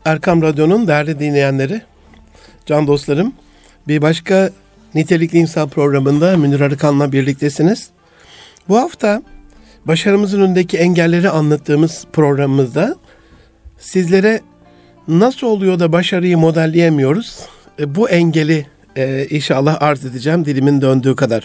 Erkam Radyo'nun değerli dinleyenleri, can dostlarım, bir başka Nitelikli İnsan programında Münir Arıkan'la birliktesiniz. Bu hafta başarımızın önündeki engelleri anlattığımız programımızda sizlere nasıl oluyor da başarıyı modelleyemiyoruz? Bu engeli inşallah arz edeceğim dilimin döndüğü kadar.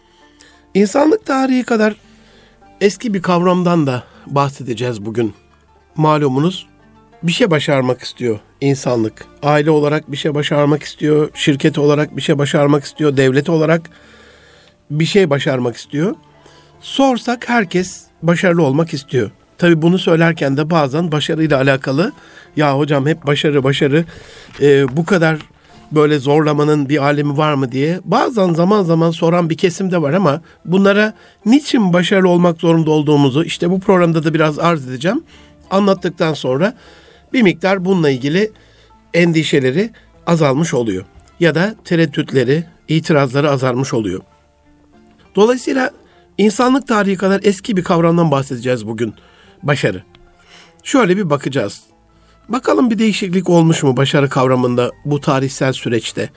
İnsanlık tarihi kadar eski bir kavramdan da bahsedeceğiz bugün. Malumunuz bir şey başarmak istiyor insanlık. Aile olarak bir şey başarmak istiyor, şirket olarak bir şey başarmak istiyor, devlet olarak bir şey başarmak istiyor. Sorsak herkes başarılı olmak istiyor. Tabii bunu söylerken de bazen başarıyla alakalı, ya hocam hep başarı, bu kadar böyle zorlamanın bir alemi var mı diye bazen zaman zaman soran bir kesim de var ama bunlara niçin başarılı olmak zorunda olduğumuzu işte bu programda da biraz arz edeceğim. Anlattıktan sonra bir miktar bununla ilgili endişeleri azalmış oluyor. Ya da tereddütleri, itirazları azalmış oluyor. Dolayısıyla insanlık tarihi kadar eski bir kavramdan bahsedeceğiz bugün. Başarı. Şöyle bir bakacağız. Bakalım bir değişiklik olmuş mu başarı kavramında bu tarihsel süreçte?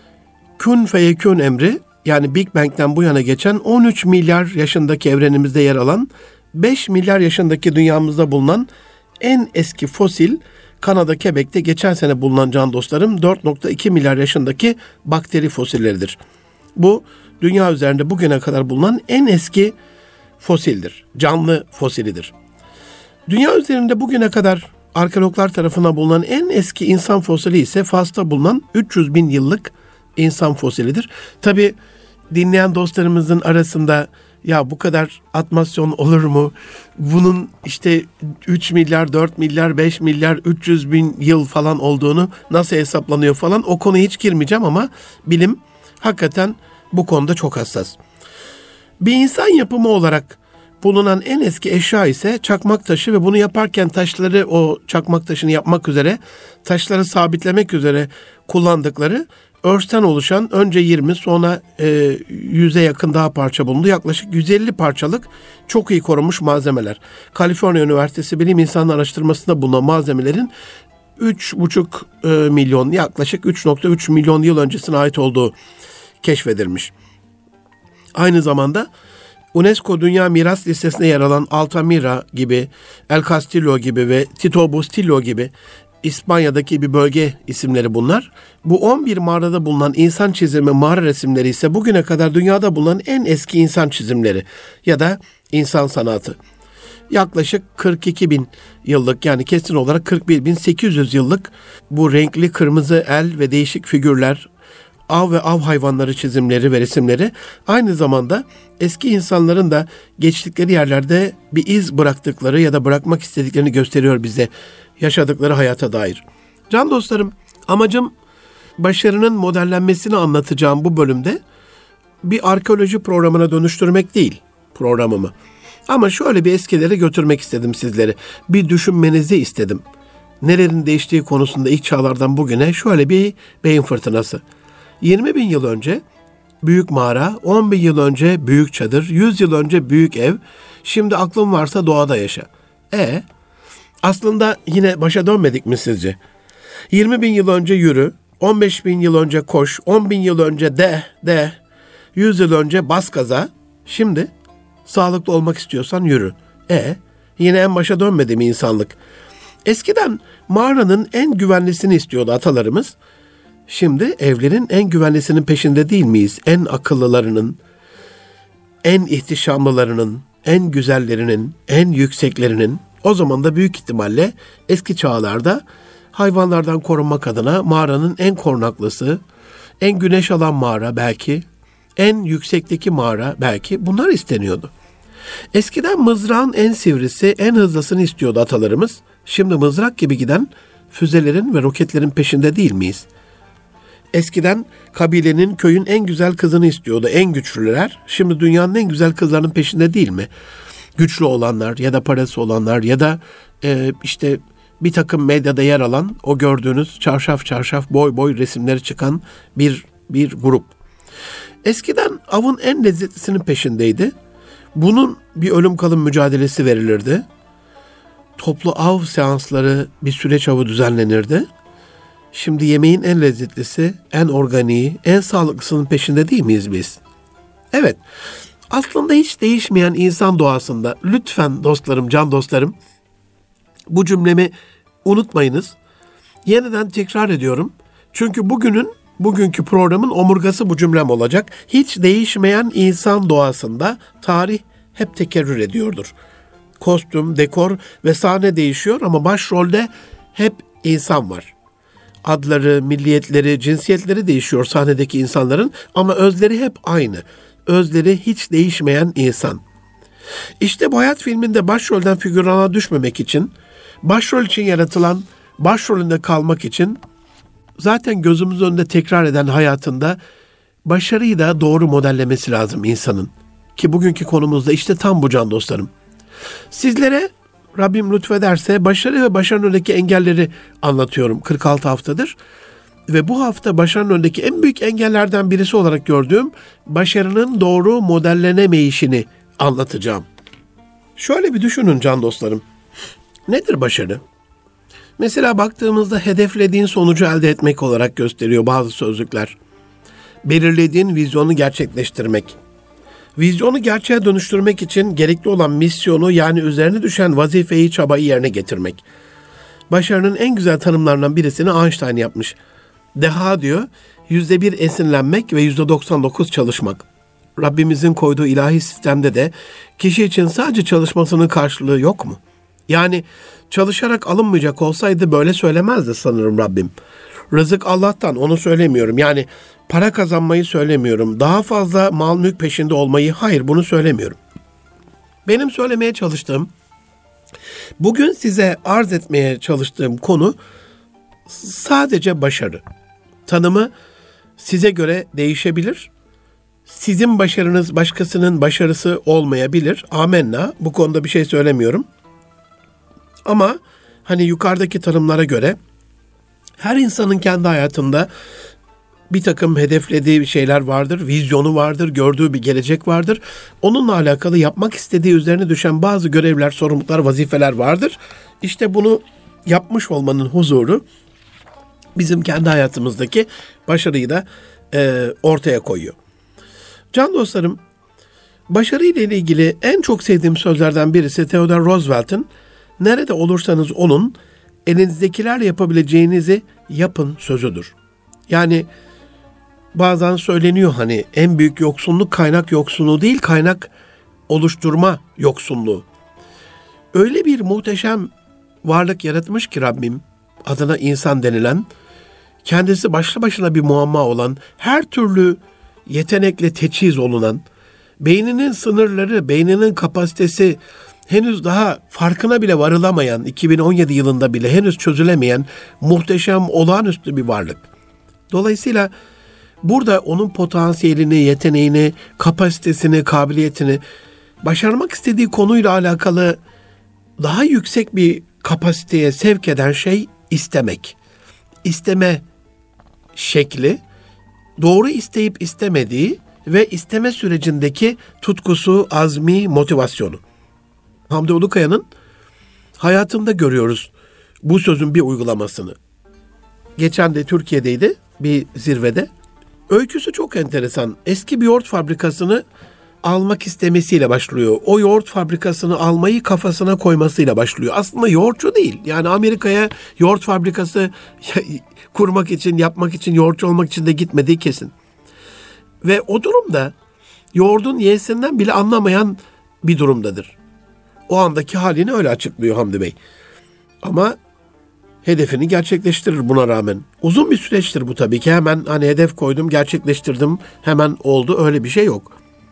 Kün feyekün emri, yani Big Bang'den bu yana geçen 13 milyar yaşındaki evrenimizde yer alan 5 milyar yaşındaki dünyamızda bulunan en eski fosil Kanada Quebec'te geçen sene bulunan can dostlarım 4,2 milyar yaşındaki bakteri fosilleridir. Bu dünya üzerinde bugüne kadar bulunan en eski fosildir. Canlı fosilidir. Dünya üzerinde bugüne kadar arkeologlar tarafından bulunan en eski insan fosili ise Fas'ta bulunan 300 bin yıllık insan fosilidir. Tabii dinleyen dostlarımızın arasında ya bu kadar atmasyon olur mu? Bunun işte 3 milyar, 4 milyar, 5 milyar, 300 bin yıl falan olduğunu nasıl hesaplanıyor falan o konuya hiç girmeyeceğim ama bilim hakikaten bu konuda çok hassas. Bir insan yapımı olarak bulunan en eski eşya ise çakmak taşı ve bunu yaparken taşları o çakmak taşını yapmak üzere, taşları sabitlemek üzere kullandıkları örsten oluşan önce 20 sonra 100'e yakın daha parça bulundu. Yaklaşık 150 parçalık çok iyi korunmuş malzemeler. Kaliforniya Üniversitesi Bilim İnsanı Araştırmasında bulunan malzemelerin 3,5 milyon yaklaşık 3,3 milyon yıl öncesine ait olduğu keşfedilmiş. Aynı zamanda UNESCO Dünya Miras Listesi'ne yer alan Altamira gibi, El Castillo gibi ve Tito Bustillo gibi İspanya'daki bir bölge isimleri bunlar. Bu 11 mağarada bulunan insan çizimi mağara resimleri ise bugüne kadar dünyada bulunan en eski insan çizimleri ya da insan sanatı. Yaklaşık 42 bin yıllık, yani kesin olarak 41.800 yıllık bu renkli kırmızı el ve değişik figürler, av ve av hayvanları çizimleri ve resimleri aynı zamanda eski insanların da geçtikleri yerlerde bir iz bıraktıkları ya da bırakmak istediklerini gösteriyor bize, yaşadıkları hayata dair. Can dostlarım, amacım başarının modellenmesini anlatacağım bu bölümde bir arkeoloji programına dönüştürmek değil programımı. Ama şöyle bir eskilere götürmek istedim sizleri. Bir düşünmenizi istedim. Nelerin değiştiği konusunda ilk çağlardan bugüne şöyle bir beyin fırtınası. 20 bin yıl önce büyük mağara, 10 bin yıl önce büyük çadır, 100 yıl önce büyük ev, şimdi aklın varsa doğada yaşa. Aslında yine başa dönmedik mi sizce? 20 bin yıl önce yürü, 15 bin yıl önce koş, 10 bin yıl önce de, 100 yıl önce bas gaza, şimdi sağlıklı olmak istiyorsan yürü. Yine en başa dönmedi mi insanlık? Eskiden mağaranın en güvenlisini istiyordu atalarımız. Şimdi evlerin en güvenlisinin peşinde değil miyiz? En akıllılarının, en ihtişamlılarının, en güzellerinin, en yükseklerinin. O zaman da büyük ihtimalle eski çağlarda hayvanlardan korunmak adına mağaranın en korunaklısı, en güneş alan mağara belki, en yüksekteki mağara belki bunlar isteniyordu. Eskiden mızrağın en sivrisi, en hızlısını istiyordu atalarımız. Şimdi mızrak gibi giden füzelerin ve roketlerin peşinde değil miyiz? Eskiden kabilenin, köyün en güzel kızını istiyordu en güçlüler. Şimdi dünyanın en güzel kızlarının peşinde değil mi? Güçlü olanlar ya da parası olanlar ya da işte bir takım medyada yer alan o gördüğünüz çarşaf boy boy resimleri çıkan bir grup. Eskiden avın en lezzetlisinin peşindeydi. Bunun bir ölüm kalım mücadelesi verilirdi. toplu av seansları, bir süreç avı düzenlenirdi. Şimdi yemeğin en lezzetlisi, en organiği, en sağlıklısının peşinde değil miyiz biz? Evet, aslında hiç değişmeyen insan doğasında, lütfen dostlarım, can dostlarım, bu cümlemi unutmayınız. Yeniden tekrar ediyorum. Çünkü bugünkü programın omurgası bu cümlem olacak. Hiç değişmeyen insan doğasında tarih hep tekerrür ediyordur. Kostüm, dekor ve sahne değişiyor ama başrolde hep insan var. Adları, milliyetleri, cinsiyetleri değişiyor sahnedeki insanların ama özleri hep aynı. Özleri hiç değişmeyen insan. İşte bu hayat filminde başrolden figürana düşmemek için, başrol için yaratılan, başrolünde kalmak için zaten gözümüz önünde tekrar eden hayatında başarıyı da doğru modellemesi lazım insanın. Ki bugünkü konumuzda işte tam bu can dostlarım. Sizlere Rabbim lütfederse başarı ve başarının önündeki engelleri anlatıyorum 46 haftadır. Ve bu hafta başarının önündeki en büyük engellerden birisi olarak gördüğüm başarının doğru modellenemeyişini anlatacağım. Şöyle bir düşünün can dostlarım. Nedir başarı? Mesela baktığımızda hedeflediğin sonucu elde etmek olarak gösteriyor bazı sözlükler. Belirlediğin vizyonu gerçekleştirmek. Vizyonu gerçeğe dönüştürmek için gerekli olan misyonu yani üzerine düşen vazifeyi, çabayı yerine getirmek. Başarının en güzel tanımlarından birisini Einstein yapmış. Deha diyor, %1 esinlenmek ve %99 çalışmak. Rabbimizin koyduğu ilahi sistemde de kişi için sadece çalışmasının karşılığı yok mu? Yani çalışarak alınmayacak olsaydı böyle söylemezdi sanırım Rabbim. Rızık Allah'tan, onu söylemiyorum. Yani para kazanmayı söylemiyorum. Daha fazla mal mülk peşinde olmayı, hayır bunu söylemiyorum. Benim söylemeye çalıştığım, bugün size arz etmeye çalıştığım konu sadece başarı. Tanımı size göre değişebilir. Sizin başarınız başkasının başarısı olmayabilir. Amenna. Bu konuda bir şey söylemiyorum. Ama hani yukarıdaki tanımlara göre her insanın kendi hayatında bir takım hedeflediği şeyler vardır, vizyonu vardır, gördüğü bir gelecek vardır. Onunla alakalı yapmak istediği üzerine düşen bazı görevler, sorumluluklar, vazifeler vardır. İşte bunu yapmış olmanın huzuru bizim kendi hayatımızdaki başarıyı da ortaya koyuyor. Can dostlarım, başarı ile ilgili en çok sevdiğim sözlerden birisi Theodore Roosevelt'in nerede olursanız olun elinizdekilerle yapabileceğinizi yapın sözüdür. Yani bazen söyleniyor hani en büyük yoksunluk kaynak yoksunluğu değil, kaynak oluşturma yoksunluğu. Öyle bir muhteşem varlık yaratmış ki Rabbim, adına insan denilen, kendisi başlı başına bir muamma olan, her türlü yetenekle teçhiz olunan, beyninin sınırları, beyninin kapasitesi henüz daha farkına bile varılamayan, 2017 yılında bile henüz çözülemeyen muhteşem, olağanüstü bir varlık. Dolayısıyla burada onun potansiyelini, yeteneğini, kapasitesini, kabiliyetini, başarmak istediği konuyla alakalı daha yüksek bir kapasiteye sevk eden şey istemek. İsteme şekli, doğru isteyip istemediği ve isteme sürecindeki tutkusu, azmi, motivasyonu. Hamdi Ulukaya'nın hayatında görüyoruz bu sözün bir uygulamasını. Geçen de Türkiye'deydi bir zirvede. Öyküsü çok enteresan. Eski bir yoğurt fabrikasını almak istemesiyle başlıyor. O yoğurt fabrikasını almayı kafasına koymasıyla başlıyor. Aslında yoğurtçu değil. Yani Amerika'ya yoğurt fabrikası kurmak için, yapmak için, yoğurtçu olmak için de gitmediği kesin. Ve o durumda yoğurdun y'sinden bile anlamayan bir durumdadır. O andaki halini öyle açıklıyor Hamdi Bey. Ama hedefini gerçekleştirir buna rağmen. Uzun bir süreçtir bu tabii ki. Hemen hani hedef koydum, gerçekleştirdim, hemen oldu, öyle bir şey yok.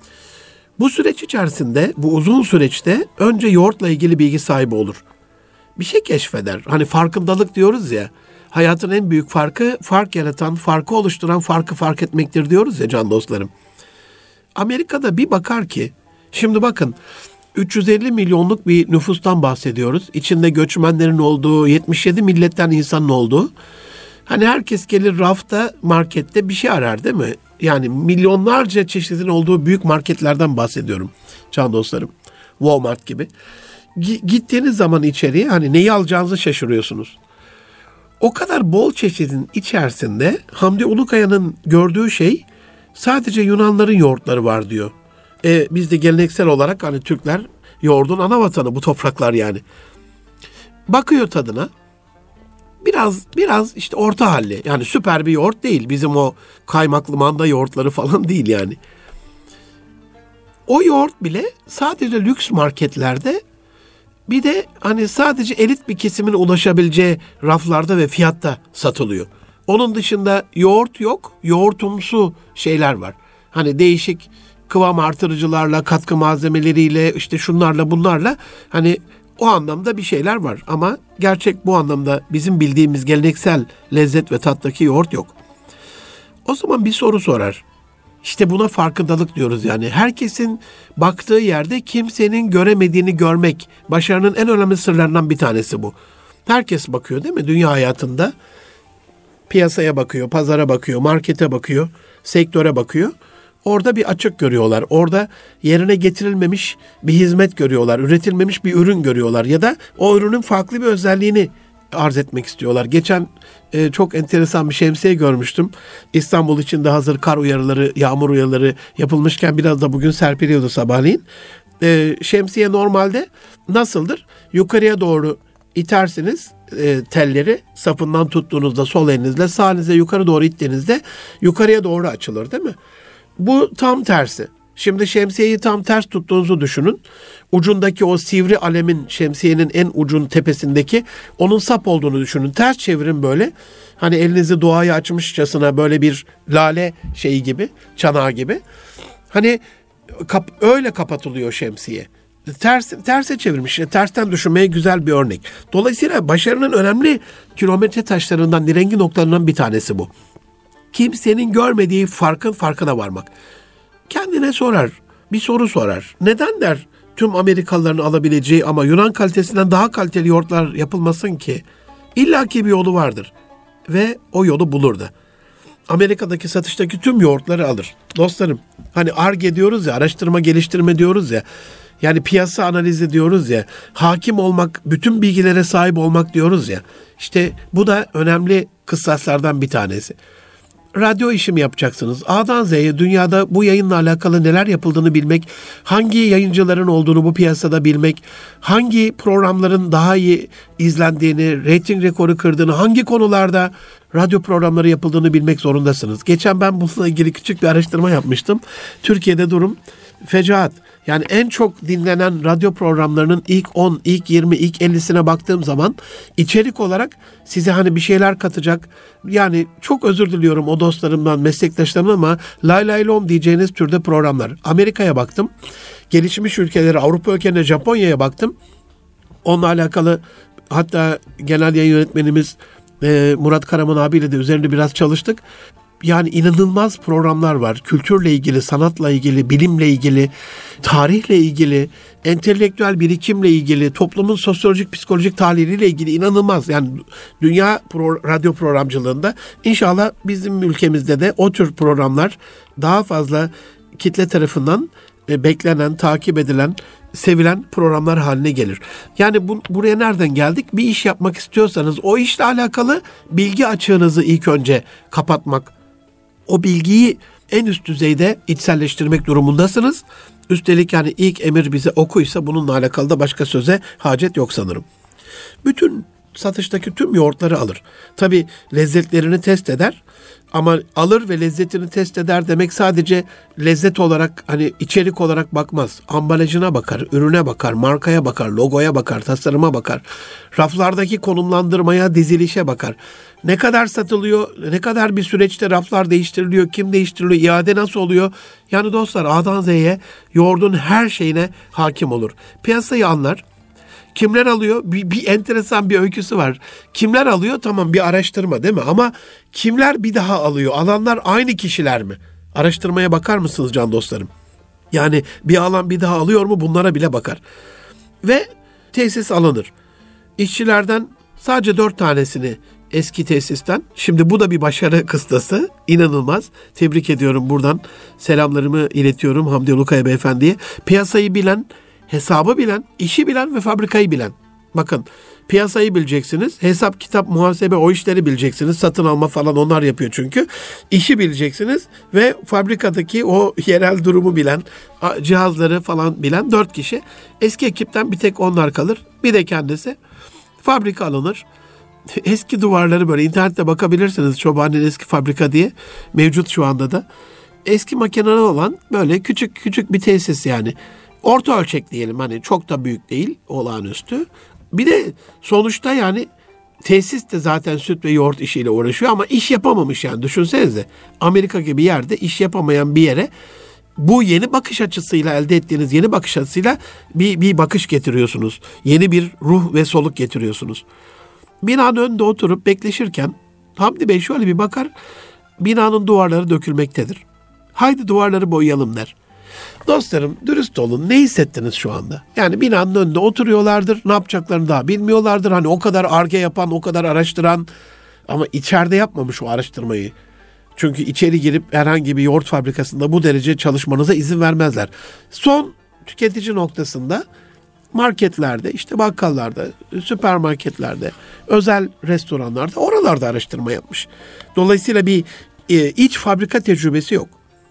Bu süreç içerisinde, bu uzun süreçte önce yoğurtla ilgili bilgi sahibi olur. Bir şey keşfeder. Hani farkındalık diyoruz ya. Hayatın en büyük farkı, fark yaratan, farkı oluşturan, farkı fark etmektir diyoruz ya can dostlarım. Amerika'da bir bakar ki, şimdi bakın 350 milyonluk bir nüfustan bahsediyoruz. İçinde göçmenlerin olduğu, 77 milletten insanın olduğu. Hani herkes gelir rafta, markette bir şey arar değil mi? Yani milyonlarca çeşidin olduğu büyük marketlerden bahsediyorum can dostlarım. Walmart gibi. gittiğiniz zaman içeriye hani neyi alacağınızı şaşırıyorsunuz. O kadar bol çeşidin içerisinde Hamdi Ulukaya'nın gördüğü şey sadece Yunanların yoğurtları var diyor. Biz de geleneksel olarak hani Türkler yoğurdun ana vatanı bu topraklar yani. Bakıyor tadına. Biraz işte orta halli. Yani süper bir yoğurt değil. Bizim o kaymaklı manda yoğurtları falan değil yani. O yoğurt bile sadece lüks marketlerde, bir de hani sadece elit bir kesimin ulaşabileceği raflarda ve fiyatta satılıyor. Onun dışında yoğurt yok, yoğurtumsu şeyler var. Hani değişik kıvam artırıcılarla, katkı malzemeleriyle, işte şunlarla bunlarla hani o anlamda bir şeyler var. Ama gerçek bu anlamda bizim bildiğimiz geleneksel lezzet ve tattaki yoğurt yok. O zaman bir soru sorar. İşte buna farkındalık diyoruz yani. Herkesin baktığı yerde kimsenin göremediğini görmek, başarının en önemli sırlarından bir tanesi bu. Herkes bakıyor değil mi? Dünya hayatında piyasaya bakıyor, pazara bakıyor, markete bakıyor, sektöre bakıyor. Orada bir açık görüyorlar. Orada yerine getirilmemiş bir hizmet görüyorlar. Üretilmemiş bir ürün görüyorlar. Ya da o ürünün farklı bir özelliğini arz etmek istiyorlar. Geçen çok enteresan bir şemsiye görmüştüm. İstanbul için de hazır kar uyarıları, yağmur uyarıları yapılmışken biraz da bugün serpiliyordu sabahleyin. Şemsiye normalde nasıldır? Yukarıya doğru itersiniz telleri, sapından tuttuğunuzda sol elinizle, sağ elinizle yukarı doğru ittiğinizde yukarıya doğru açılır değil mi? Bu tam tersi. Şimdi şemsiyeyi tam ters tuttuğunuzu düşünün. Ucundaki o sivri alemin, şemsiyenin en ucun tepesindeki, onun sap olduğunu düşünün. Ters çevirin böyle. Hani elinizi duaya açmışçasına, böyle bir lale şeyi gibi, çanağı gibi. Hani öyle kapatılıyor şemsiye. Terse çevirmiş. Tersten düşünmeye güzel bir örnek. Dolayısıyla başarının önemli kilometre taşlarından, nirengi noktalarından bir tanesi bu. Kimsenin görmediği farkın farkına varmak. Kendine sorar, bir soru sorar. Neden der tüm Amerikalıların alabileceği ama Yunan kalitesinden daha kaliteli yoğurtlar yapılmasın ki? İlla ki bir yolu vardır. Ve o yolu bulur da. Amerika'daki satıştaki tüm yoğurtları alır. Dostlarım, hani Ar-Ge diyoruz ya, araştırma geliştirme diyoruz ya. Yani piyasa analizi diyoruz ya. Hakim olmak, bütün bilgilere sahip olmak diyoruz ya. İşte bu da önemli kıssaslardan bir tanesi. Radyo işi mi yapacaksınız? A'dan Z'ye dünyada bu yayınla alakalı neler yapıldığını bilmek, hangi yayıncıların olduğunu bu piyasada bilmek, hangi programların daha iyi izlendiğini, reyting rekoru kırdığını, hangi konularda radyo programları yapıldığını bilmek zorundasınız. Geçen ben bununla ilgili küçük bir araştırma yapmıştım. Türkiye'de durum fecaat. Yani en çok dinlenen radyo programlarının ilk 10, ilk 20, ilk 50'sine baktığım zaman içerik olarak size hani bir şeyler katacak. Yani çok özür diliyorum o dostlarımdan, meslektaşlarımdan ama lay lay lom diyeceğiniz türde programlar. Amerika'ya baktım. Gelişmiş ülkeleri, Avrupa ülkelerine, Japonya'ya baktım. Onunla alakalı hatta genel yayın yönetmenimiz Murat Karaman abiyle de üzerinde biraz çalıştık. Yani inanılmaz programlar var. Kültürle ilgili, sanatla ilgili, bilimle ilgili, tarihle ilgili, entelektüel birikimle ilgili, toplumun sosyolojik, psikolojik tahliliyle ilgili inanılmaz. Yani dünya radyo programcılığında inşallah bizim ülkemizde de o tür programlar daha fazla kitle tarafından beklenen, takip edilen, sevilen programlar haline gelir. Yani buraya nereden geldik? Bir iş yapmak istiyorsanız o işle alakalı bilgi açığınızı ilk önce kapatmak, o bilgiyi en üst düzeyde içselleştirmek durumundasınız. Üstelik yani ilk emir bize okuysa bununla alakalı da başka söze hacet yok sanırım. Bütün satıştaki tüm yoğurtları alır. Tabii lezzetlerini test eder. Ama alır ve lezzetini test eder demek sadece lezzet olarak, hani içerik olarak bakmaz. Ambalajına bakar, ürüne bakar, markaya bakar, logoya bakar, tasarıma bakar. Raflardaki konumlandırmaya, dizilişe bakar. Ne kadar satılıyor, ne kadar bir süreçte raflar değiştiriliyor, kim değiştiriliyor, iade nasıl oluyor? Yani dostlar A'dan Z'ye yoğurdun her şeyine hakim olur. Piyasayı anlar. Kimler alıyor? Bir enteresan bir öyküsü var. Kimler alıyor? Tamam, bir araştırma değil mi? Ama kimler bir daha alıyor? Alanlar aynı kişiler mi? Araştırmaya bakar mısınız can dostlarım? Yani bir alan bir daha alıyor mu? Bunlara bile bakar. Ve tesis alınır. İşçilerden sadece 4 tanesini eski tesisten. Şimdi bu da bir başarı kıstası. İnanılmaz. Tebrik ediyorum buradan. Selamlarımı iletiyorum Hamdi Ulukaya Beyefendi'ye. Piyasayı bilen, hesabı bilen, işi bilen ve fabrikayı bilen. Bakın, piyasayı bileceksiniz, hesap, kitap, muhasebe, o işleri bileceksiniz. Satın alma falan onlar yapıyor çünkü. İşi bileceksiniz ve fabrikadaki o yerel durumu bilen, cihazları falan bilen 4 kişi. Eski ekipten bir tek onlar kalır. Bir de kendisi. Fabrika alınır. Eski duvarları böyle internette bakabilirsiniz. Çobani'nin eski fabrika diye mevcut şu anda da. Eski makineler olan böyle küçük bir tesis yani. Orta ölçek diyelim, hani çok da büyük değil, olağanüstü. Bir de sonuçta yani tesis de zaten süt ve yoğurt işiyle uğraşıyor ama iş yapamamış yani, düşünsenize. Amerika gibi yerde iş yapamayan bir yere bu yeni bakış açısıyla, elde ettiğiniz yeni bakış açısıyla bir bakış getiriyorsunuz. Yeni bir ruh ve soluk getiriyorsunuz. Binanın önünde oturup bekleşirken Hamdi Bey şöyle bir bakar, binanın duvarları dökülmektedir. Haydi duvarları boyayalım der. Dostlarım, dürüst olun, ne hissettiniz şu anda? Yani binanın önünde oturuyorlardır, ne yapacaklarını daha bilmiyorlardır. Hani o kadar Ar-Ge yapan, o kadar araştıran ama içeride yapmamış o araştırmayı. Çünkü içeri girip herhangi bir yoğurt fabrikasında bu derece çalışmanıza izin vermezler. Son tüketici noktasında marketlerde, işte bakkallarda, süpermarketlerde, özel restoranlarda, oralarda araştırma yapmış. Dolayısıyla bir iç fabrika tecrübesi yok.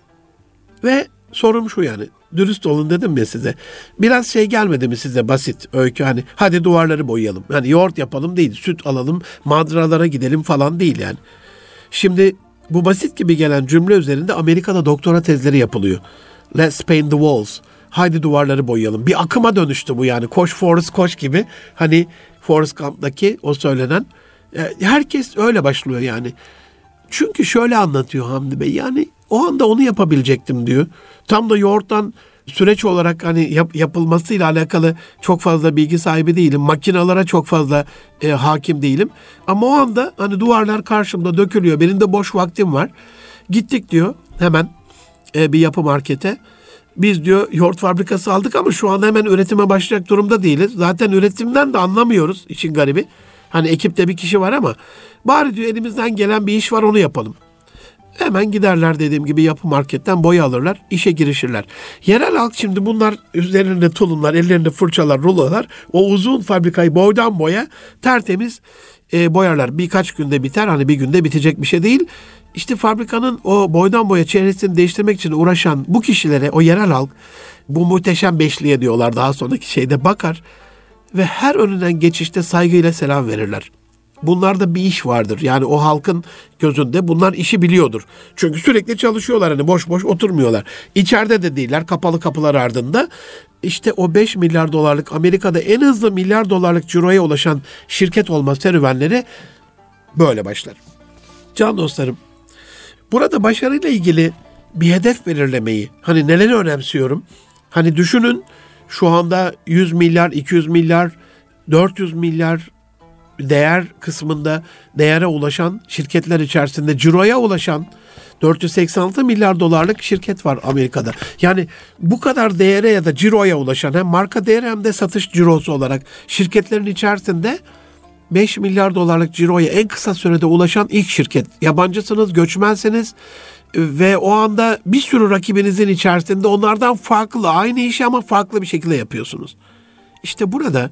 Ve sorum şu yani, dürüst olun dedim ya size. Biraz şey gelmedi mi size, basit öykü, hani hadi duvarları boyayalım. Hani yoğurt yapalım değil, süt alalım, madralara gidelim falan değil yani. Şimdi bu basit gibi gelen cümle üzerinde Amerika'da doktora tezleri yapılıyor. Let's paint the walls. Haydi duvarları boyayalım. Bir akıma dönüştü bu yani. Koş Forrest koş gibi. Hani Forrest Gump'taki o söylenen. Herkes öyle başlıyor yani. Çünkü şöyle anlatıyor Hamdi Bey. Yani o anda onu yapabilecektim diyor. Tam da yoğurttan süreç olarak hani yapılmasıyla alakalı çok fazla bilgi sahibi değilim. Makinalara çok fazla hakim değilim. Ama o anda hani duvarlar karşımda dökülüyor. Benim de boş vaktim var. Gittik diyor hemen bir yapı markete. Biz diyor yoğurt fabrikası aldık ama şu anda hemen üretime başlayacak durumda değiliz. Zaten üretimden de anlamıyoruz, işin garibi. Hani ekipte bir kişi var ama bari diyor elimizden gelen bir iş var, onu yapalım. Hemen giderler dediğim gibi yapı marketten boya alırlar, işe girişirler. Yerel halk şimdi bunlar üzerinde tulumlar, ellerinde fırçalar, rulolar, o uzun fabrikayı boydan boya tertemiz boyarlar. Birkaç günde biter, hani bir günde bitecek bir şey değil. İşte fabrikanın o boydan boya çehresini değiştirmek için uğraşan bu kişilere, o yerel halk, bu muhteşem beşliğe diyorlar daha sonraki şeyde, bakar ve her önünden geçişte saygıyla selam verirler. Bunlarda bir iş vardır. Yani o halkın gözünde bunlar işi biliyordur. Çünkü sürekli çalışıyorlar, hani boş boş oturmuyorlar. İçeride de değiller, kapalı kapılar ardında. İşte o 5 milyar dolarlık, Amerika'da en hızlı milyar dolarlık ciroya ulaşan şirket olma serüvenleri böyle başlar. Can dostlarım, burada başarıyla ilgili bir hedef belirlemeyi, hani neleri önemsiyorum? Hani düşünün, şu anda 100 milyar, 200 milyar, 400 milyar değer kısmında değere ulaşan şirketler içerisinde ciroya ulaşan 486 milyar dolarlık şirket var Amerika'da. Yani bu kadar değere ya da ciroya ulaşan, hem marka değeri hem de satış cirosu olarak şirketlerin içerisinde 5 milyar dolarlık ciroya en kısa sürede ulaşan ilk şirket. Yabancısınız, göçmensiniz ve o anda bir sürü rakibinizin içerisinde onlardan farklı, aynı işi ama farklı bir şekilde yapıyorsunuz. İşte burada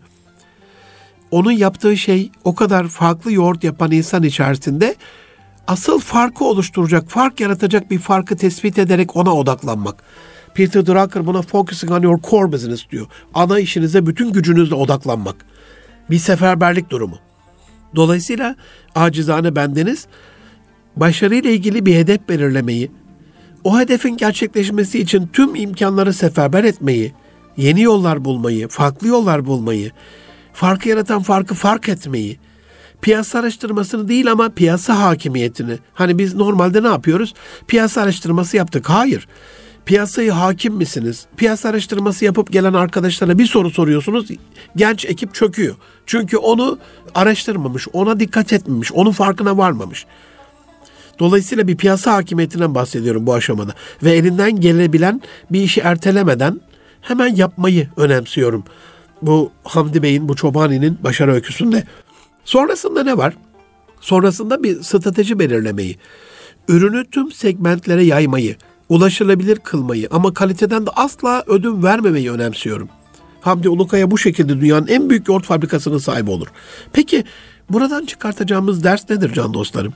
onun yaptığı şey, o kadar farklı yoğurt yapan insan içerisinde asıl farkı oluşturacak, fark yaratacak bir farkı tespit ederek ona odaklanmak. Peter Drucker buna focusing on your core business diyor. Ana işinize bütün gücünüzle odaklanmak. Bir seferberlik durumu. Dolayısıyla acizane bendeniz başarıyla ilgili bir hedef belirlemeyi, o hedefin gerçekleşmesi için tüm imkanları seferber etmeyi, yeni yollar bulmayı, farklı yollar bulmayı, farkı yaratan farkı fark etmeyi, piyasa araştırmasını değil ama piyasa hakimiyetini. Hani biz normalde ne yapıyoruz? Piyasa araştırması yaptık. Hayır. Piyasayı hakim misiniz? Piyasa araştırması yapıp gelen arkadaşlara bir soru soruyorsunuz. Genç ekip çöküyor. Çünkü onu araştırmamış, ona dikkat etmemiş, onun farkına varmamış. Dolayısıyla bir piyasa hakimiyetinden bahsediyorum bu aşamada. Ve elinden gelebilen bir işi ertelemeden hemen yapmayı önemsiyorum. Bu Hamdi Bey'in, bu Çobani'nin başarı öyküsünde. Sonrasında ne var? Sonrasında bir strateji belirlemeyi, ürünü tüm segmentlere yaymayı, ulaşılabilir kılmayı ama kaliteden de asla ödün vermemeyi önemsiyorum. Hamdi Ulukaya bu şekilde dünyanın en büyük yoğurt fabrikasının sahibi olur. Peki buradan çıkartacağımız ders nedir can dostlarım?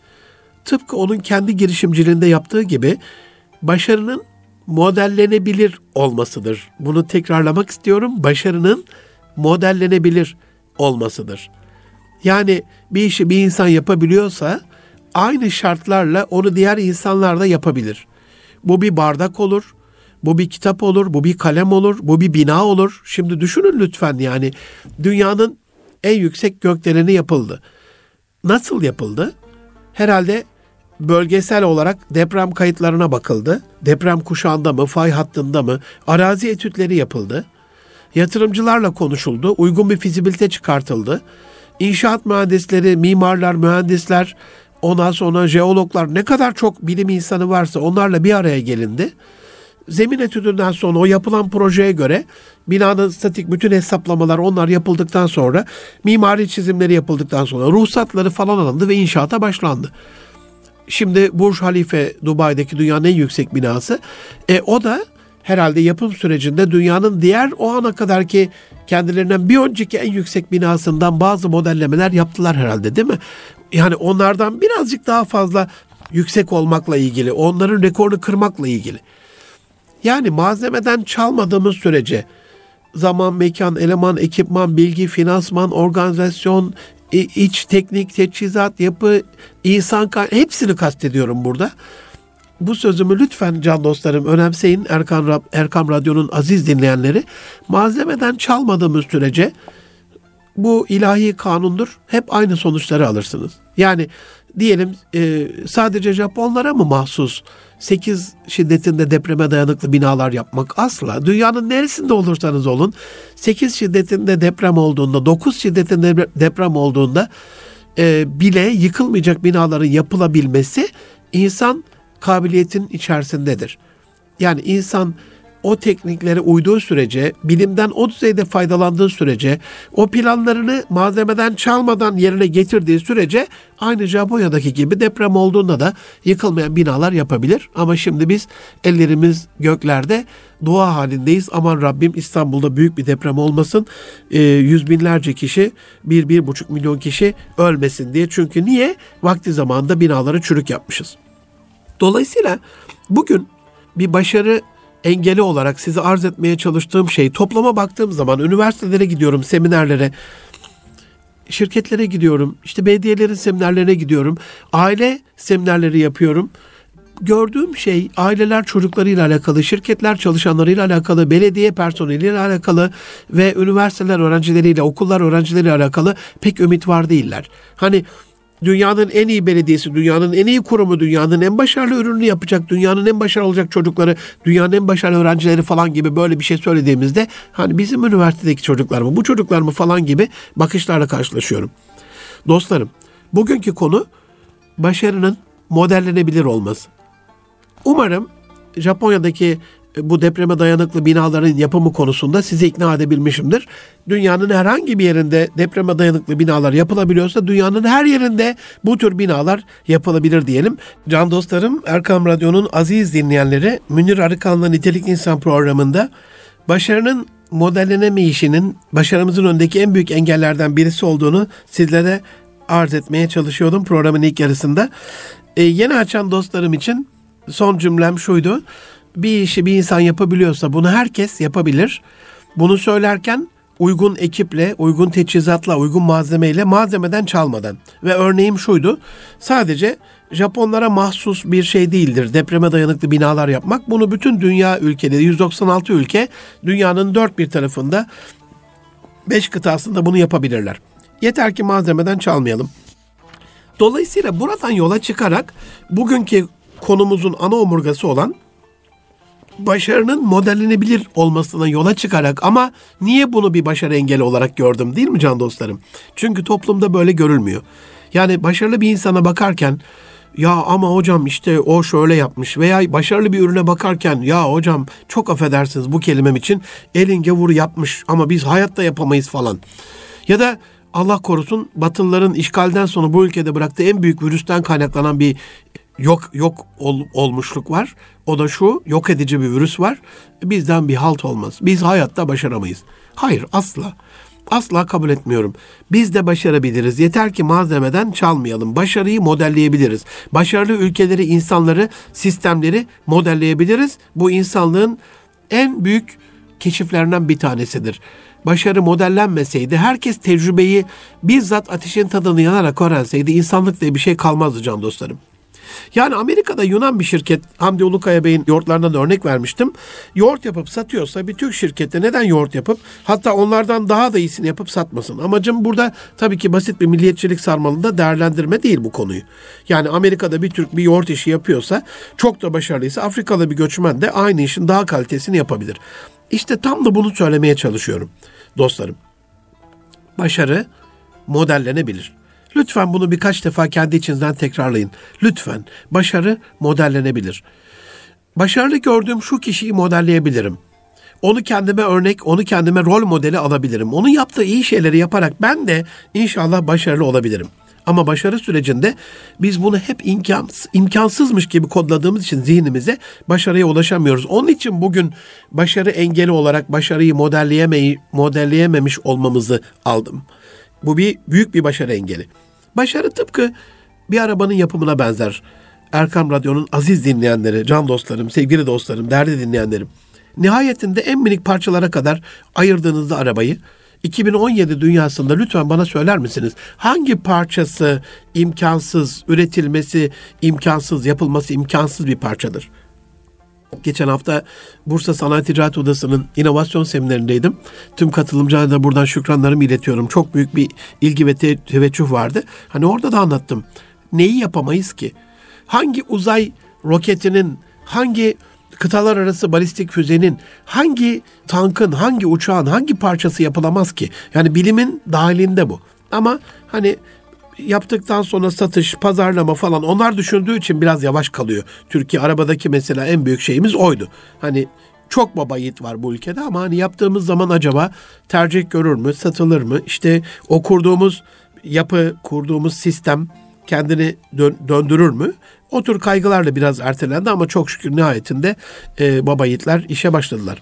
Tıpkı onun kendi girişimciliğinde yaptığı gibi başarının modellenebilir olmasıdır. Bunu tekrarlamak istiyorum. Başarının modellenebilir olmasıdır. Yani bir işi bir insan yapabiliyorsa aynı şartlarla onu diğer insanlar da yapabilir. Bu bir bardak olur, bu bir kitap olur, bu bir kalem olur, bu bir bina olur. Şimdi düşünün lütfen, yani dünyanın en yüksek gökdeleni yapıldı. Nasıl yapıldı? Herhalde bölgesel olarak deprem kayıtlarına bakıldı. Deprem kuşağında mı, fay hattında mı? Arazi etütleri yapıldı. Yatırımcılarla konuşuldu. Uygun bir fizibilite çıkartıldı. İnşaat mühendisleri, mimarlar, mühendisler, ondan sonra jeologlar, ne kadar çok bilim insanı varsa onlarla bir araya gelindi. Zemin etüdünden sonra o yapılan projeye göre binanın statik bütün hesaplamalar onlar yapıldıktan sonra, mimari çizimleri yapıldıktan sonra ruhsatları falan alındı ve inşaata başlandı. Şimdi Burj Halife Dubai'deki dünyanın en yüksek binası. O da herhalde yapım sürecinde dünyanın diğer o ana kadarki kendilerinden bir önceki en yüksek binasından bazı modellemeler yaptılar herhalde, değil mi? Yani onlardan birazcık daha fazla yüksek olmakla ilgili, onların rekorunu kırmakla ilgili. Yani malzemeden çalmadığımız sürece zaman, mekan, eleman, ekipman, bilgi, finansman, organizasyon, iç teknik, teçhizat, yapı, insan hepsini kastediyorum burada. Bu sözümü lütfen can dostlarım önemseyin. Erkam Radyo'nun aziz dinleyenleri, malzemeden çalmadığımız sürece bu ilahi kanundur. Hep aynı sonuçları alırsınız. Yani diyelim sadece Japonlara mı mahsus 8 şiddetinde depreme dayanıklı binalar yapmak? Asla. Dünyanın neresinde olursanız olun 8 şiddetinde deprem olduğunda, 9 şiddetinde deprem olduğunda bile yıkılmayacak binaların yapılabilmesi insan kabiliyetin içerisindedir. Yani insan o tekniklere uyduğu sürece, bilimden o düzeyde faydalandığı sürece, o planlarını malzemeden çalmadan yerine getirdiği sürece aynı Japonya'daki gibi deprem olduğunda da yıkılmayan binalar yapabilir. Ama şimdi biz ellerimiz göklerde, dua halindeyiz. Aman Rabbim İstanbul'da büyük bir deprem olmasın, yüz binlerce kişi, 1-1,5 milyon kişi ölmesin diye. Çünkü niye? Vakti zamanında binaları çürük yapmışız. Dolayısıyla bugün bir başarı engeli olarak size arz etmeye çalıştığım şey, toplama baktığım zaman üniversitelere gidiyorum, seminerlere, şirketlere gidiyorum, işte belediyelerin seminerlerine gidiyorum, aile seminerleri yapıyorum. Gördüğüm şey aileler çocuklarıyla alakalı, şirketler çalışanlarıyla alakalı, belediye personeliyle alakalı ve üniversiteler öğrencileriyle, okullar öğrencileriyle alakalı pek ümit var değiller. Hani dünyanın en iyi belediyesi, dünyanın en iyi kurumu, dünyanın en başarılı ürününü yapacak, dünyanın en başarılı olacak çocukları, dünyanın en başarılı öğrencileri falan gibi böyle bir şey söylediğimizde hani bizim üniversitedeki çocuklar mı, bu çocuklar mı falan gibi bakışlarla karşılaşıyorum. Dostlarım, bugünkü konu başarının modellenebilir olması. Umarım Japonya'daki bu depreme dayanıklı binaların yapımı konusunda sizi ikna edebilmişimdir. Dünyanın herhangi bir yerinde depreme dayanıklı binalar yapılabiliyorsa dünyanın her yerinde bu tür binalar yapılabilir diyelim. Can dostlarım, Erkam Radyo'nun aziz dinleyenleri, Münir Arıkan'la Nitelikli İnsan programında başarının modellenemeyişinin başarımızın önündeki en büyük engellerden birisi olduğunu sizlere arz etmeye çalışıyordum programın ilk yarısında. Yeni açan dostlarım için son cümlem şuydu: bir işi bir insan yapabiliyorsa bunu herkes yapabilir. Bunu söylerken uygun ekiple, uygun teçhizatla, uygun malzemeyle, malzemeden çalmadan. Ve örneğim şuydu: sadece Japonlara mahsus bir şey değildir depreme dayanıklı binalar yapmak. Bunu bütün dünya ülkeleri, 196 ülke dünyanın dört bir tarafında, 5 kıtasında bunu yapabilirler. Yeter ki malzemeden çalmayalım. Dolayısıyla buradan yola çıkarak bugünkü konumuzun ana omurgası olan başarının modellenebilir olmasına yola çıkarak, ama niye bunu bir başarı engeli olarak gördüm, değil mi can dostlarım? Çünkü toplumda böyle görülmüyor. Yani başarılı bir insana bakarken ya ama hocam işte o şöyle yapmış, veya başarılı bir ürüne bakarken ya hocam çok affedersiniz bu kelimem için elin gavuru yapmış ama biz hayatta yapamayız falan. Ya da Allah korusun Batılıların işgalden sonra bu ülkede bıraktığı en büyük virüsten kaynaklanan bir olmuşluk var. O da şu, yok edici bir virüs var. Bizden bir halt olmaz. Biz hayatta başaramayız. Hayır, asla. Asla kabul etmiyorum. Biz de başarabiliriz. Yeter ki malzemeden çalmayalım. Başarıyı modelleyebiliriz. Başarılı ülkeleri, insanları, sistemleri modelleyebiliriz. Bu insanlığın en büyük keşiflerinden bir tanesidir. Başarı modellenmeseydi, herkes tecrübeyi bizzat ateşin tadını yanarak öğrenseydi, insanlık diye bir şey kalmazdı can dostlarım. Yani Amerika'da Yunan bir şirket, Hamdi Ulukaya Bey'in yoğurtlarından da örnek vermiştim. Yoğurt yapıp satıyorsa bir Türk şirketi neden yoğurt yapıp, hatta onlardan daha da iyisini yapıp satmasın? Amacım burada tabii ki basit bir milliyetçilik sarmalında değerlendirme değil bu konuyu. Yani Amerika'da bir Türk bir yoğurt işi yapıyorsa, çok da başarılıysa Afrikalı bir göçmen de aynı işin daha kalitesini yapabilir. İşte tam da bunu söylemeye çalışıyorum dostlarım. Başarı modellenebilir. Lütfen bunu birkaç defa kendi içinizden tekrarlayın. Lütfen. Başarı modellenebilir. Başarılı gördüğüm şu kişiyi modelleyebilirim. Onu kendime örnek, onu kendime rol modeli alabilirim. Onun yaptığı iyi şeyleri yaparak ben de inşallah başarılı olabilirim. Ama başarı sürecinde biz bunu hep imkansızmış gibi kodladığımız için zihnimize başarıya ulaşamıyoruz. Onun için bugün başarı engeli olarak başarıyı modelleyememiş olmamızı aldım. Bu büyük bir başarı engeli. Başarı tıpkı bir arabanın yapımına benzer. Erkam Radyo'nun aziz dinleyenleri, can dostlarım, sevgili dostlarım, değerli dinleyenlerim. Nihayetinde en minik parçalara kadar ayırdığınızda arabayı, 2017 dünyasında lütfen bana söyler misiniz? Hangi parçası imkansız, üretilmesi imkansız, yapılması imkansız bir parçadır? Geçen hafta Bursa Sanayi Ticaret Odası'nın inovasyon seminerindeydim. Tüm katılımcılara da buradan şükranlarımı iletiyorum. Çok büyük bir ilgi ve teveccüh vardı. Hani orada da anlattım. Neyi yapamayız ki? Hangi uzay roketinin, hangi kıtalar arası balistik füzenin, hangi tankın, hangi uçağın, hangi parçası yapılamaz ki? Yani bilimin dahilinde bu. Ama hani yaptıktan sonra satış, pazarlama falan onlar düşündüğü için biraz yavaş kalıyor. Türkiye arabadaki mesela en büyük şeyimiz oydu. Hani çok baba yiğit var bu ülkede ama hani yaptığımız zaman acaba tercih görür mü, satılır mı? İşte o kurduğumuz yapı, kurduğumuz sistem kendini döndürür mü? O tür kaygılarla biraz ertelendi ama çok şükür nihayetinde baba yiğitler işe başladılar.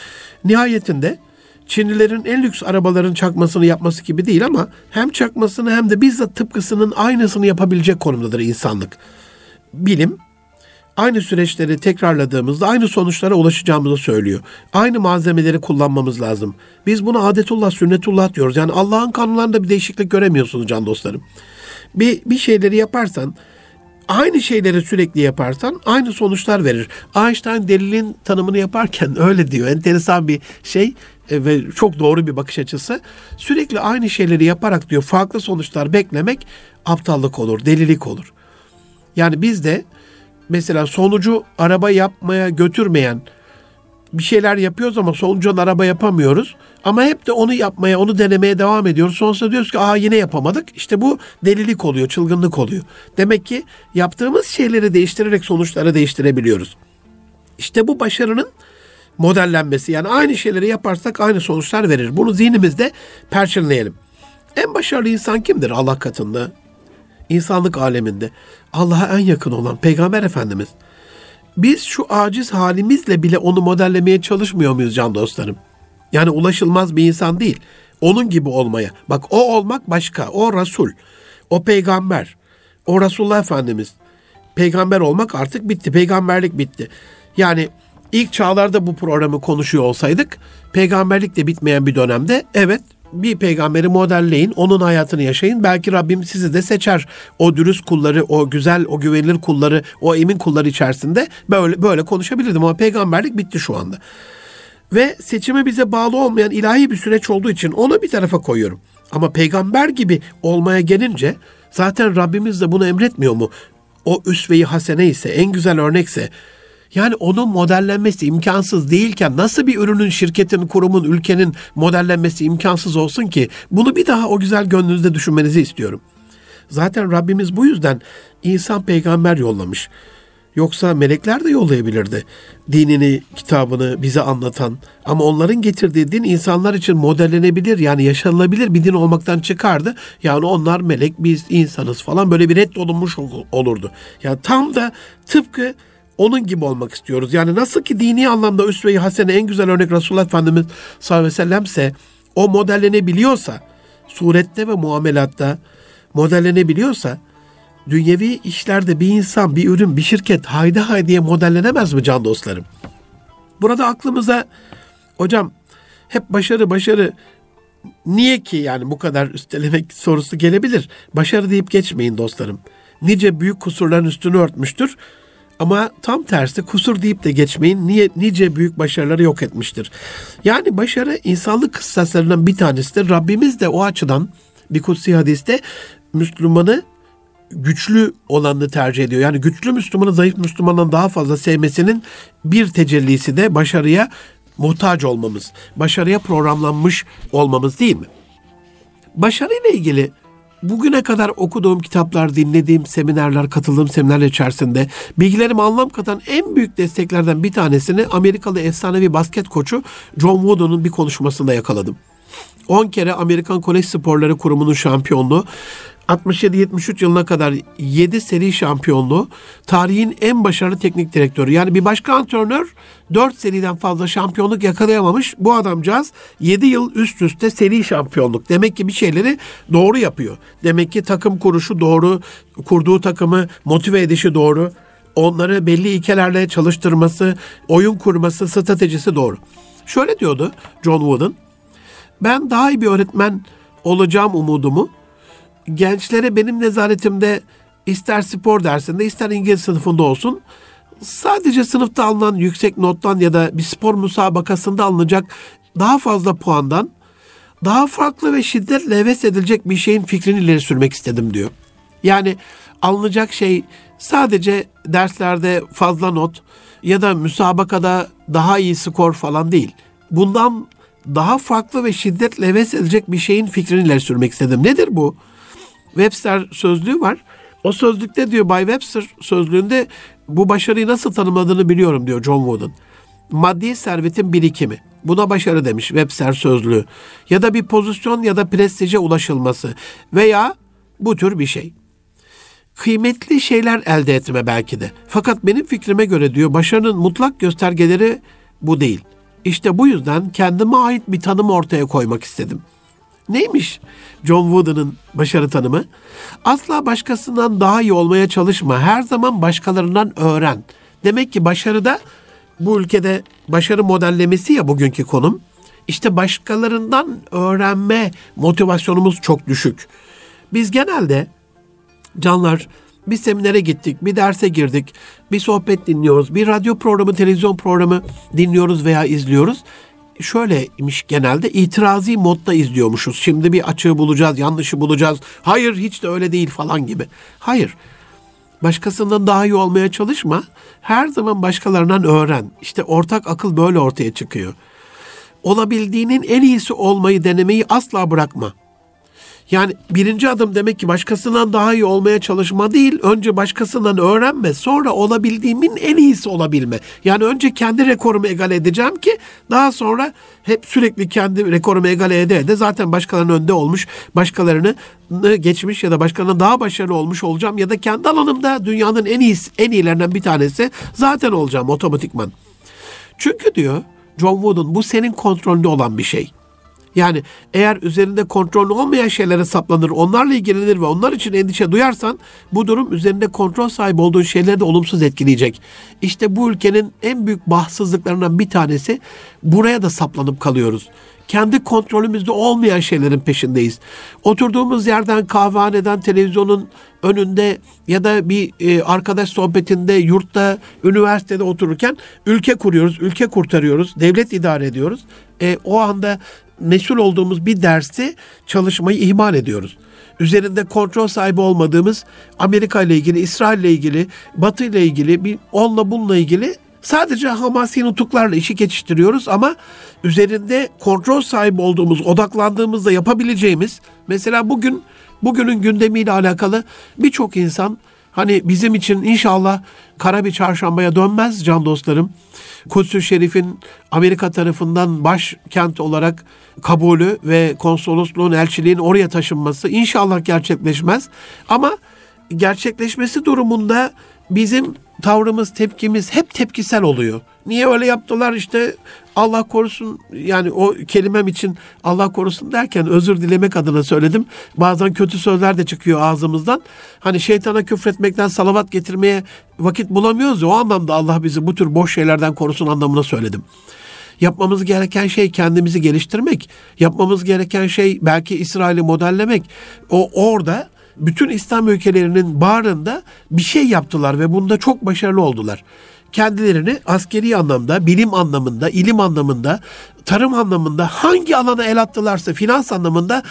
Nihayetinde Çinlilerin en lüks arabaların çakmasını yapması gibi değil ama hem çakmasını hem de bizzat tıpkısının aynısını yapabilecek konumdadır insanlık. Bilim aynı süreçleri tekrarladığımızda aynı sonuçlara ulaşacağımızı söylüyor. Aynı malzemeleri kullanmamız lazım. Biz buna adetullah, sünnetullah diyoruz. Yani Allah'ın kanunlarında bir değişiklik göremiyorsunuz can dostlarım. Bir şeyleri yaparsan, aynı şeyleri sürekli yaparsan aynı sonuçlar verir. Einstein delilin tanımını yaparken öyle diyor. Enteresan bir şey ve çok doğru bir bakış açısı. Sürekli aynı şeyleri yaparak diyor farklı sonuçlar beklemek aptallık olur, delilik olur. Yani biz de mesela sonucu araba yapmaya götürmeyen bir şeyler yapıyoruz ama sonucun araba yapamıyoruz. Ama hep de onu yapmaya, onu denemeye devam ediyoruz. Sonrasında diyoruz ki yine yapamadık. İşte bu delilik oluyor, çılgınlık oluyor. Demek ki yaptığımız şeyleri değiştirerek sonuçları değiştirebiliyoruz. İşte bu başarının modellenmesi. Yani aynı şeyleri yaparsak aynı sonuçlar verir. Bunu zihnimizde perçinleyelim. En başarılı insan kimdir Allah katında? İnsanlık aleminde. Allah'a en yakın olan Peygamber Efendimiz. Biz şu aciz halimizle bile onu modellemeye çalışmıyor muyuz can dostlarım? Yani ulaşılmaz bir insan değil. Onun gibi olmaya. Bak o olmak başka. O Resul. O peygamber. O Resulullah Efendimiz. Peygamber olmak artık bitti. Peygamberlik bitti. Yani ilk çağlarda bu programı konuşuyor olsaydık peygamberlik de bitmeyen bir dönemde evet bir peygamberi modelleyin, onun hayatını yaşayın. Belki Rabbim sizi de seçer. O dürüst kulları, o güzel, o güvenilir kulları, o emin kulları içerisinde böyle konuşabilirdim. Ama peygamberlik bitti şu anda. Ve seçimi bize bağlı olmayan ilahi bir süreç olduğu için onu bir tarafa koyuyorum. Ama peygamber gibi olmaya gelince zaten Rabbimiz de bunu emretmiyor mu? O üsve-i hasene ise, en güzel örnekse, yani onun modellenmesi imkansız değilken nasıl bir ürünün, şirketin, kurumun, ülkenin modellenmesi imkansız olsun ki? Bunu bir daha o güzel gönlünüzde düşünmenizi istiyorum. Zaten Rabbimiz bu yüzden insan peygamber yollamış. Yoksa melekler de yollayabilirdi. Dinini, kitabını bize anlatan. Ama onların getirdiği din insanlar için modellenebilir, yani yaşanılabilir bir din olmaktan çıkardı. Yani onlar melek, biz insanız falan, böyle bir reddolunmuş olurdu. Yani tam da tıpkı onun gibi olmak istiyoruz. Yani nasıl ki dini anlamda üsve-i hasene, en güzel örnek Resulullah Efendimiz sallallahu aleyhi ve sellemse, o modellenebiliyorsa, surette ve muamelatta modellenebiliyorsa, dünyevi işlerde bir insan, bir ürün, bir şirket haydi diye modellenemez mi can dostlarım? Burada aklımıza hocam hep başarı niye ki yani bu kadar üstelemek sorusu gelebilir. Başarı deyip geçmeyin dostlarım. Nice büyük kusurların üstünü örtmüştür. Ama tam tersi, kusur deyip de geçmeyin. Nice büyük başarıları yok etmiştir. Yani başarı insanlık kıssaslarından bir tanesidir. Rabbimiz de o açıdan bir kutsi hadiste Müslümanı güçlü olanını tercih ediyor. Yani güçlü Müslümanı zayıf Müslümandan daha fazla sevmesinin bir tecellisi de başarıya muhtaç olmamız, başarıya programlanmış olmamız değil mi? Başarıyla ilgili bugüne kadar okuduğum kitaplar, dinlediğim seminerler, katıldığım seminerler içerisinde bilgilerime anlam katan en büyük desteklerden bir tanesini Amerikalı efsanevi basket koçu John Wooden'ın bir konuşmasında yakaladım. 10 kere Amerikan Kolej Sporları Kurumu'nun şampiyonluğu, 67-73 yılına kadar 7 seri şampiyonluğu, tarihin en başarılı teknik direktörü. Yani bir başka antrenör 4 seriden fazla şampiyonluk yakalayamamış. Bu adamcağız 7 yıl üst üste seri şampiyonluk. Demek ki bir şeyleri doğru yapıyor. Demek ki takım kuruşu doğru, kurduğu takımı motive edişi doğru, onları belli ilkelerle çalıştırması, oyun kurması, stratejisi doğru. Şöyle diyordu John Wooden: ben daha iyi bir öğretmen olacağım umudumu gençlere benim nezaretimde, ister spor dersinde ister İngiliz sınıfında olsun, sadece sınıfta alınan yüksek nottan ya da bir spor müsabakasında alınacak daha fazla puandan daha farklı ve şiddetle heves edilecek bir şeyin fikrini ileri sürmek istedim diyor. Yani alınacak şey sadece derslerde fazla not ya da müsabakada daha iyi skor falan değil. Bundan daha farklı ve şiddetle heves edilecek bir şeyin fikrini ileri sürmek istedim. Nedir bu? Webster sözlüğü var. O sözlükte diyor, Bay Webster sözlüğünde bu başarıyı nasıl tanımladığını biliyorum diyor John Wooden. Maddi servetin birikimi. Buna başarı demiş Webster sözlüğü. Ya da bir pozisyon ya da prestije ulaşılması veya bu tür bir şey. Kıymetli şeyler elde etme belki de. Fakat benim fikrime göre diyor, başarının mutlak göstergeleri bu değil. İşte bu yüzden kendime ait bir tanım ortaya koymak istedim. Neymiş John Wooden'ın başarı tanımı? Asla başkasından daha iyi olmaya çalışma. Her zaman başkalarından öğren. Demek ki başarıda, bu ülkede başarı modellemesi ya bugünkü konum. İşte başkalarından öğrenme motivasyonumuz çok düşük. Biz genelde canlar bir seminere gittik, bir derse girdik, bir sohbet dinliyoruz, bir radyo programı, televizyon programı dinliyoruz veya izliyoruz. Şöyleymiş, genelde itirazi modda izliyormuşuz. Şimdi bir açığı bulacağız, yanlışı bulacağız. Hayır, hiç de öyle değil falan gibi. Hayır. Başkasından daha iyi olmaya çalışma. Her zaman başkalarından öğren. İşte ortak akıl böyle ortaya çıkıyor. Olabildiğinin en iyisi olmayı denemeyi asla bırakma. Yani birinci adım demek ki başkasından daha iyi olmaya çalışma değil, önce başkasından öğrenme, sonra olabildiğimin en iyisi olabilme. Yani önce kendi rekorumu egale edeceğim ki daha sonra hep sürekli kendi rekorumu egale ede zaten başkalarının önde olmuş, başkalarını geçmiş ya da başkalarına daha başarılı olmuş olacağım ya da kendi alanımda dünyanın en iyilerinden bir tanesi zaten olacağım otomatikman. Çünkü diyor John Wooden, bu senin kontrolünde olan bir şey. Yani eğer üzerinde kontrolü olmayan şeylere saplanır, onlarla ilgilenir ve onlar için endişe duyarsan, bu durum üzerinde kontrol sahibi olduğun şeyleri de olumsuz etkileyecek. İşte bu ülkenin en büyük bahtsızlıklarından bir tanesi, buraya da saplanıp kalıyoruz. Kendi kontrolümüzde olmayan şeylerin peşindeyiz. Oturduğumuz yerden, kahvehaneden, televizyonun önünde ya da bir arkadaş sohbetinde, yurtta, üniversitede otururken ülke kuruyoruz, ülke kurtarıyoruz, devlet idare ediyoruz. O anda mesul olduğumuz bir dersi, çalışmayı ihmal ediyoruz. Üzerinde kontrol sahibi olmadığımız Amerika ile ilgili, İsrail ile ilgili, Batı ile ilgili, onunla bununla ilgili sadece hamasi nutuklarla işi geçiştiriyoruz ama üzerinde kontrol sahibi olduğumuz, odaklandığımızda yapabileceğimiz, mesela bugünün gündemiyle alakalı birçok insan Hani bizim için inşallah kara bir çarşambaya dönmez can dostlarım. Kudüs-ü Şerif'in Amerika tarafından başkent olarak kabulü ve konsolosluğun, elçiliğin oraya taşınması inşallah gerçekleşmez. Ama gerçekleşmesi durumunda bizim tavrımız, tepkimiz hep tepkisel oluyor. Niye öyle yaptılar işte, Allah korusun, yani o kelimem için Allah korusun derken özür dilemek adına söyledim. Bazen kötü sözler de çıkıyor ağzımızdan. Hani şeytana küfretmekten salavat getirmeye vakit bulamıyoruz ya, o anlamda Allah bizi bu tür boş şeylerden korusun anlamına söyledim. Yapmamız gereken şey kendimizi geliştirmek. Yapmamız gereken şey belki İsrail'i modellemek. Orada bütün İslam ülkelerinin bağrında bir şey yaptılar ve bunda çok başarılı oldular. Kendilerini askeri anlamda, bilim anlamında, ilim anlamında, tarım anlamında hangi alana el attılarsa finans anlamında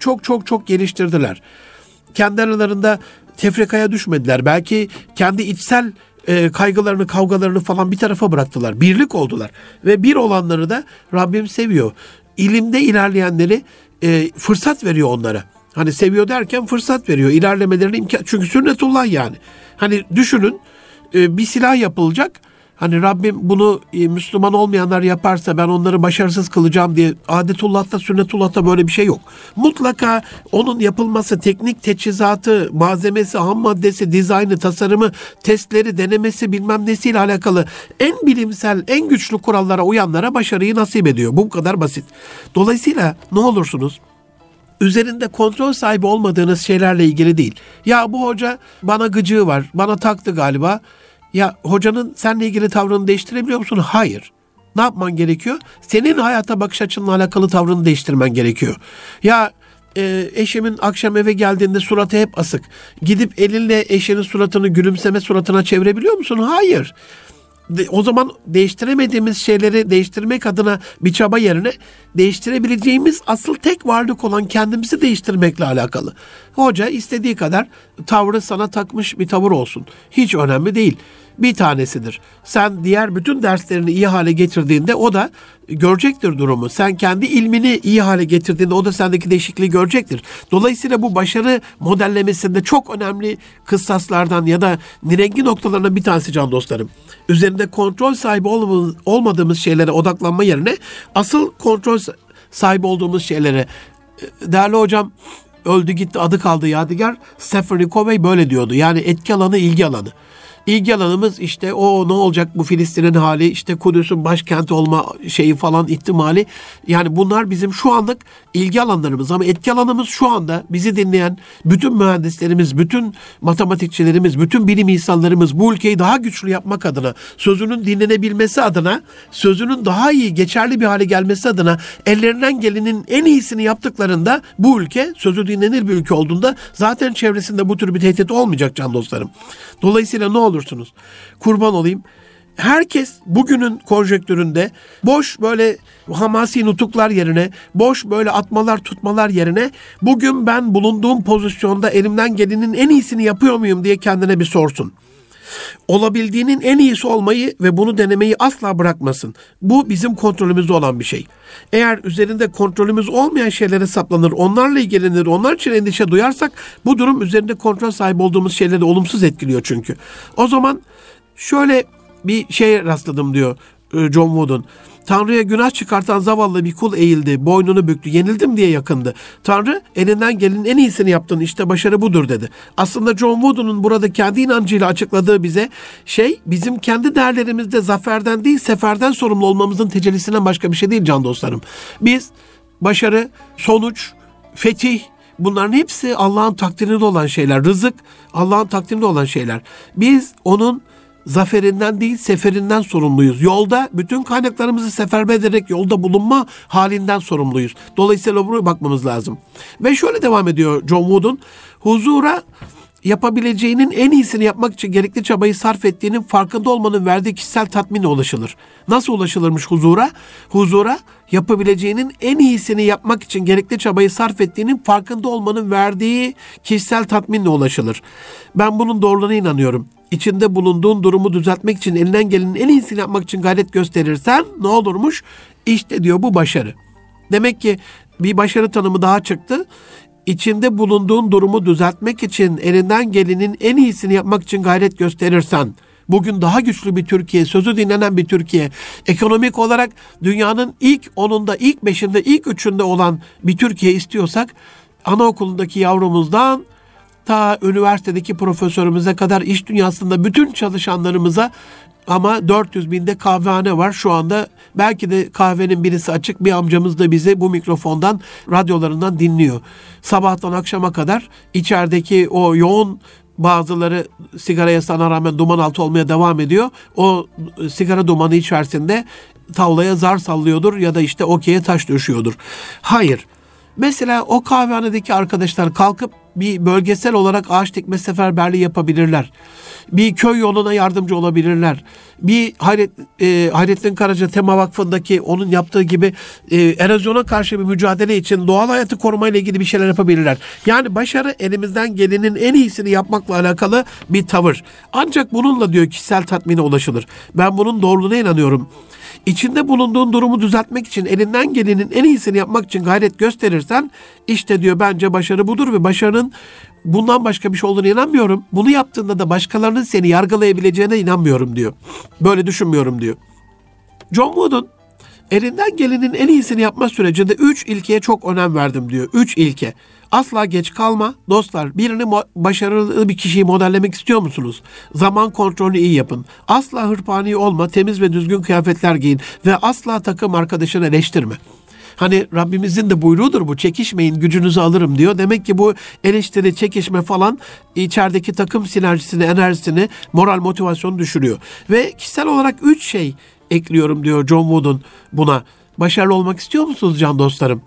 çok geliştirdiler. Kendi aralarında tefrikaya düşmediler. Belki kendi içsel kaygılarını, kavgalarını falan bir tarafa bıraktılar. Birlik oldular. Ve bir olanları da Rabbim seviyor. İlimde ilerleyenleri fırsat veriyor onlara. Hani seviyor derken fırsat veriyor. İlerlemelerine imkan. Çünkü sünnetullah yani. Hani düşünün, bir silah yapılacak. Hani Rabbim bunu Müslüman olmayanlar yaparsa ben onları başarısız kılacağım diye adetullah'ta, sünnetullah'ta böyle bir şey yok. Mutlaka onun yapılması, teknik teçhizatı, malzemesi, ham maddesi, dizaynı, tasarımı, testleri, denemesi bilmem nesiyle alakalı en bilimsel, en güçlü kurallara uyanlara başarıyı nasip ediyor. Bu kadar basit. Dolayısıyla ne olursunuz, üzerinde kontrol sahibi olmadığınız şeylerle ilgili değil. Ya bu hoca bana gıcığı var, bana taktı galiba. Ya hocanın seninle ilgili tavrını değiştirebiliyor musun? Hayır. Ne yapman gerekiyor? Senin hayata bakış açınla alakalı tavrını değiştirmen gerekiyor. Ya eşimin akşam eve geldiğinde suratı hep asık. Gidip elinle eşinin suratını gülümseme suratına çevirebiliyor musun? Hayır. O zaman değiştiremediğimiz şeyleri değiştirmek adına bir çaba yerine değiştirebileceğimiz asıl tek varlık olan kendimizi değiştirmekle alakalı. Hoca istediği kadar tavrı sana takmış bir tavır olsun. Hiç önemli değil. Bir tanesidir. Sen diğer bütün derslerini iyi hale getirdiğinde o da görecektir durumu. Sen kendi ilmini iyi hale getirdiğinde o da sendeki değişikliği görecektir. Dolayısıyla bu başarı modellemesinde çok önemli kıssaslardan ya da nirengi noktalarından bir tanesi can dostlarım. Üzerinde kontrol sahibi olmadığımız şeylere odaklanma yerine asıl kontrol sahibi olduğumuz şeylere. Değerli hocam öldü gitti, adı kaldı yadigar. Stephen Covey böyle diyordu. Yani etki alanı, ilgi alanı. İlgi alanımız işte o ne olacak bu Filistin'in hali, işte Kudüs'ün başkenti olma şeyi falan ihtimali. Yani bunlar bizim şu anlık ilgi alanlarımız ama etki alanımız şu anda bizi dinleyen bütün mühendislerimiz, bütün matematikçilerimiz, bütün bilim insanlarımız bu ülkeyi daha güçlü yapmak adına, sözünün dinlenebilmesi adına, sözünün daha iyi, geçerli bir hale gelmesi adına ellerinden gelenin en iyisini yaptıklarında bu ülke sözü dinlenir bir ülke olduğunda zaten çevresinde bu tür bir tehdit olmayacak can dostlarım. Dolayısıyla ne olursunuz? Kurban olayım. Herkes bugünün konjektüründe boş böyle hamasi nutuklar yerine, boş böyle atmalar tutmalar yerine bugün ben bulunduğum pozisyonda elimden gelenin en iyisini yapıyor muyum diye kendine bir sorsun. Olabildiğinin en iyisi olmayı ve bunu denemeyi asla bırakmasın. Bu bizim kontrolümüzde olan bir şey. Eğer üzerinde kontrolümüz olmayan şeylere saplanır, onlarla ilgilenir, onlar için endişe duyarsak bu durum üzerinde kontrol sahibi olduğumuz şeyleri olumsuz etkiliyor çünkü. O zaman şöyle bir şeye rastladım diyor John Wooden. Tanrı'ya günah çıkartan zavallı bir kul eğildi, boynunu büktü, yenildim diye yakındı. Tanrı elinden gelenin en iyisini yaptın, işte başarı budur dedi. Aslında John Wooden'un burada kendi inancıyla açıkladığı bize bizim kendi değerlerimizde zaferden değil seferden sorumlu olmamızın tecellisinden başka bir şey değil can dostlarım. Biz başarı, sonuç, fetih, bunların hepsi Allah'ın takdirinde olan şeyler. Rızık Allah'ın takdirinde olan şeyler. Biz onun zaferinden değil seferinden sorumluyuz. Yolda bütün kaynaklarımızı seferber ederek yolda bulunma halinden sorumluyuz. Dolayısıyla buraya bakmamız lazım. Ve şöyle devam ediyor John Wooden. Huzura yapabileceğinin en iyisini yapmak için gerekli çabayı sarf ettiğinin farkında olmanın verdiği kişisel tatminle ulaşılır. Nasıl ulaşılırmış huzura? Huzura yapabileceğinin en iyisini yapmak için gerekli çabayı sarf ettiğinin farkında olmanın verdiği kişisel tatminle ulaşılır. Ben bunun doğruluğuna inanıyorum. İçinde bulunduğun durumu düzeltmek için elinden gelenin en iyisini yapmak için gayret gösterirsen ne olurmuş? İşte diyor bu başarı. Demek ki bir başarı tanımı daha çıktı. içinde bulunduğun durumu düzeltmek için elinden gelenin en iyisini yapmak için gayret gösterirsen, bugün daha güçlü bir Türkiye, sözü dinlenen bir Türkiye, ekonomik olarak dünyanın ilk 10'unda, ilk 5'inde, ilk 3'ünde olan bir Türkiye istiyorsak, anaokulundaki yavrumuzdan ta üniversitedeki profesörümüze kadar iş dünyasında bütün çalışanlarımıza, ama 400 binde kahvehane var şu anda. Belki de kahvenin birisi açık, bir amcamız da bizi bu mikrofondan, radyolarından dinliyor. Sabahtan akşama kadar içerideki o yoğun, bazıları sigara yasağına rağmen duman altı olmaya devam ediyor. O sigara dumanı içerisinde tavlaya zar sallıyordur ya da işte okey'e taş düşüyordur. Hayır. Mesela o kahvehanedeki arkadaşlar kalkıp bir bölgesel olarak ağaç dikme seferberliği yapabilirler. Bir köy yoluna yardımcı olabilirler. Bir Hayrettin Karaca Tema Vakfı'ndaki onun yaptığı gibi erozyona karşı bir mücadele için doğal hayatı korumayla ilgili bir şeyler yapabilirler. Yani başarı elimizden gelenin en iyisini yapmakla alakalı bir tavır. Ancak bununla diyor kişisel tatmine ulaşılır. Ben bunun doğruluğuna inanıyorum. İçinde bulunduğun durumu düzeltmek için elinden gelenin en iyisini yapmak için gayret gösterirsen, işte diyor bence başarı budur ve başarının bundan başka bir şey olduğunu inanmıyorum. Bunu yaptığında da başkalarının seni yargılayabileceğine inanmıyorum diyor. Böyle düşünmüyorum diyor. John Wooden elinden gelenin en iyisini yapma sürecinde 3 ilkeye çok önem verdim diyor. 3 ilke. Asla geç kalma. Dostlar, başarılı bir kişiyi modellemek istiyor musunuz? Zaman kontrolünü iyi yapın. Asla hırpani olma, temiz ve düzgün kıyafetler giyin ve asla takım arkadaşını eleştirme. Hani Rabbimizin de buyruğudur bu, çekişmeyin gücünüzü alırım diyor. Demek ki bu eleştiri, çekişme falan içerideki takım sinerjisini, enerjisini, moral motivasyonu düşürüyor. Ve kişisel olarak 3 şey ekliyorum diyor John Wooden buna. Başarılı olmak istiyor musunuz can dostlarım?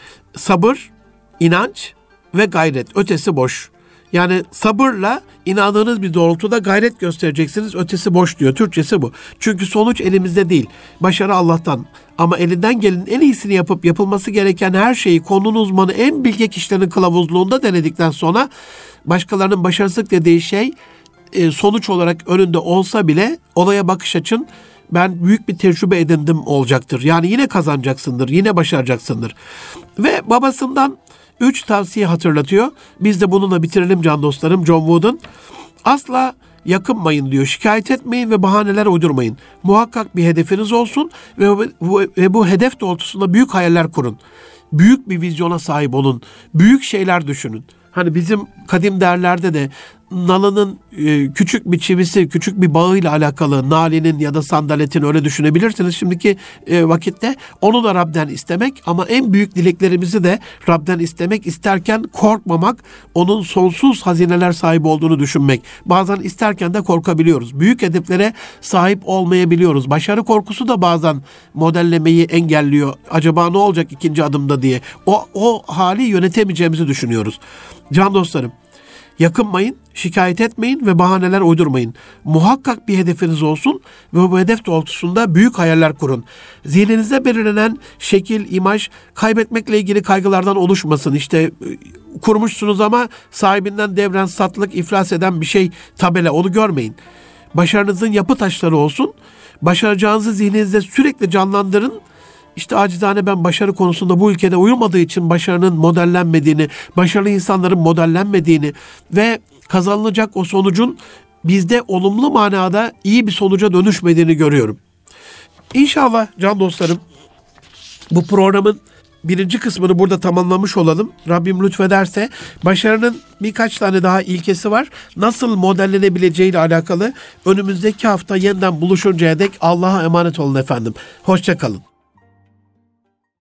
Sabır, inanç ve gayret. Ötesi boş. Yani sabırla inandığınız bir doğrultuda gayret göstereceksiniz. Ötesi boş diyor. Türkçesi bu. Çünkü sonuç elimizde değil. Başarı Allah'tan. Ama elinden gelenin en iyisini yapıp yapılması gereken her şeyi konunun uzmanı, en bilge kişilerin kılavuzluğunda denedikten sonra başkalarının başarısızlık dediği şey sonuç olarak önünde olsa bile olaya bakış açın, ben büyük bir tecrübe edindim olacaktır. Yani yine kazanacaksındır, yine başaracaksındır. Ve babasından 3 tavsiye hatırlatıyor. Biz de bununla bitirelim can dostlarım. John Wooden. Asla yakınmayın diyor. Şikayet etmeyin ve bahaneler uydurmayın. Muhakkak bir hedefiniz olsun ve bu hedef doğrultusunda büyük hayaller kurun. Büyük bir vizyona sahip olun. Büyük şeyler düşünün. Hani bizim kadim derlerde de nalının küçük bir çivisi, küçük bir bağıyla alakalı, nalinin ya da sandaletin, öyle düşünebilirsiniz şimdiki vakitte. Onu da Rab'den istemek, ama en büyük dileklerimizi de Rab'den istemek, isterken korkmamak, onun sonsuz hazineler sahibi olduğunu düşünmek. Bazen isterken de korkabiliyoruz. Büyük hedeflere sahip olmayabiliyoruz. Başarı korkusu da bazen modellemeyi engelliyor. Acaba ne olacak ikinci adımda diye. O hali yönetemeyeceğimizi düşünüyoruz. Can dostlarım, yakınmayın, şikayet etmeyin ve bahaneler uydurmayın. Muhakkak bir hedefiniz olsun ve bu hedef doğrultusunda büyük hayaller kurun. Zihninizde belirlenen şekil, imaj kaybetmekle ilgili kaygılardan oluşmasın. İşte kurmuşsunuz ama sahibinden devren, satılık, iflas eden bir şey, tabela, onu görmeyin. Başarınızın yapı taşları olsun. Başaracağınızı zihninizde sürekli canlandırın. İşte acizane ben başarı konusunda bu ülkede uyulmadığı için başarının modellenmediğini, başarılı insanların modellenmediğini ve kazanılacak o sonucun bizde olumlu manada iyi bir sonuca dönüşmediğini görüyorum. İnşallah can dostlarım bu programın birinci kısmını burada tamamlamış olalım. Rabbim lütfederse başarının birkaç tane daha ilkesi var. Nasıl modellenebileceğiyle alakalı önümüzdeki hafta yeniden buluşuncaya dek Allah'a emanet olun efendim. Hoşça kalın.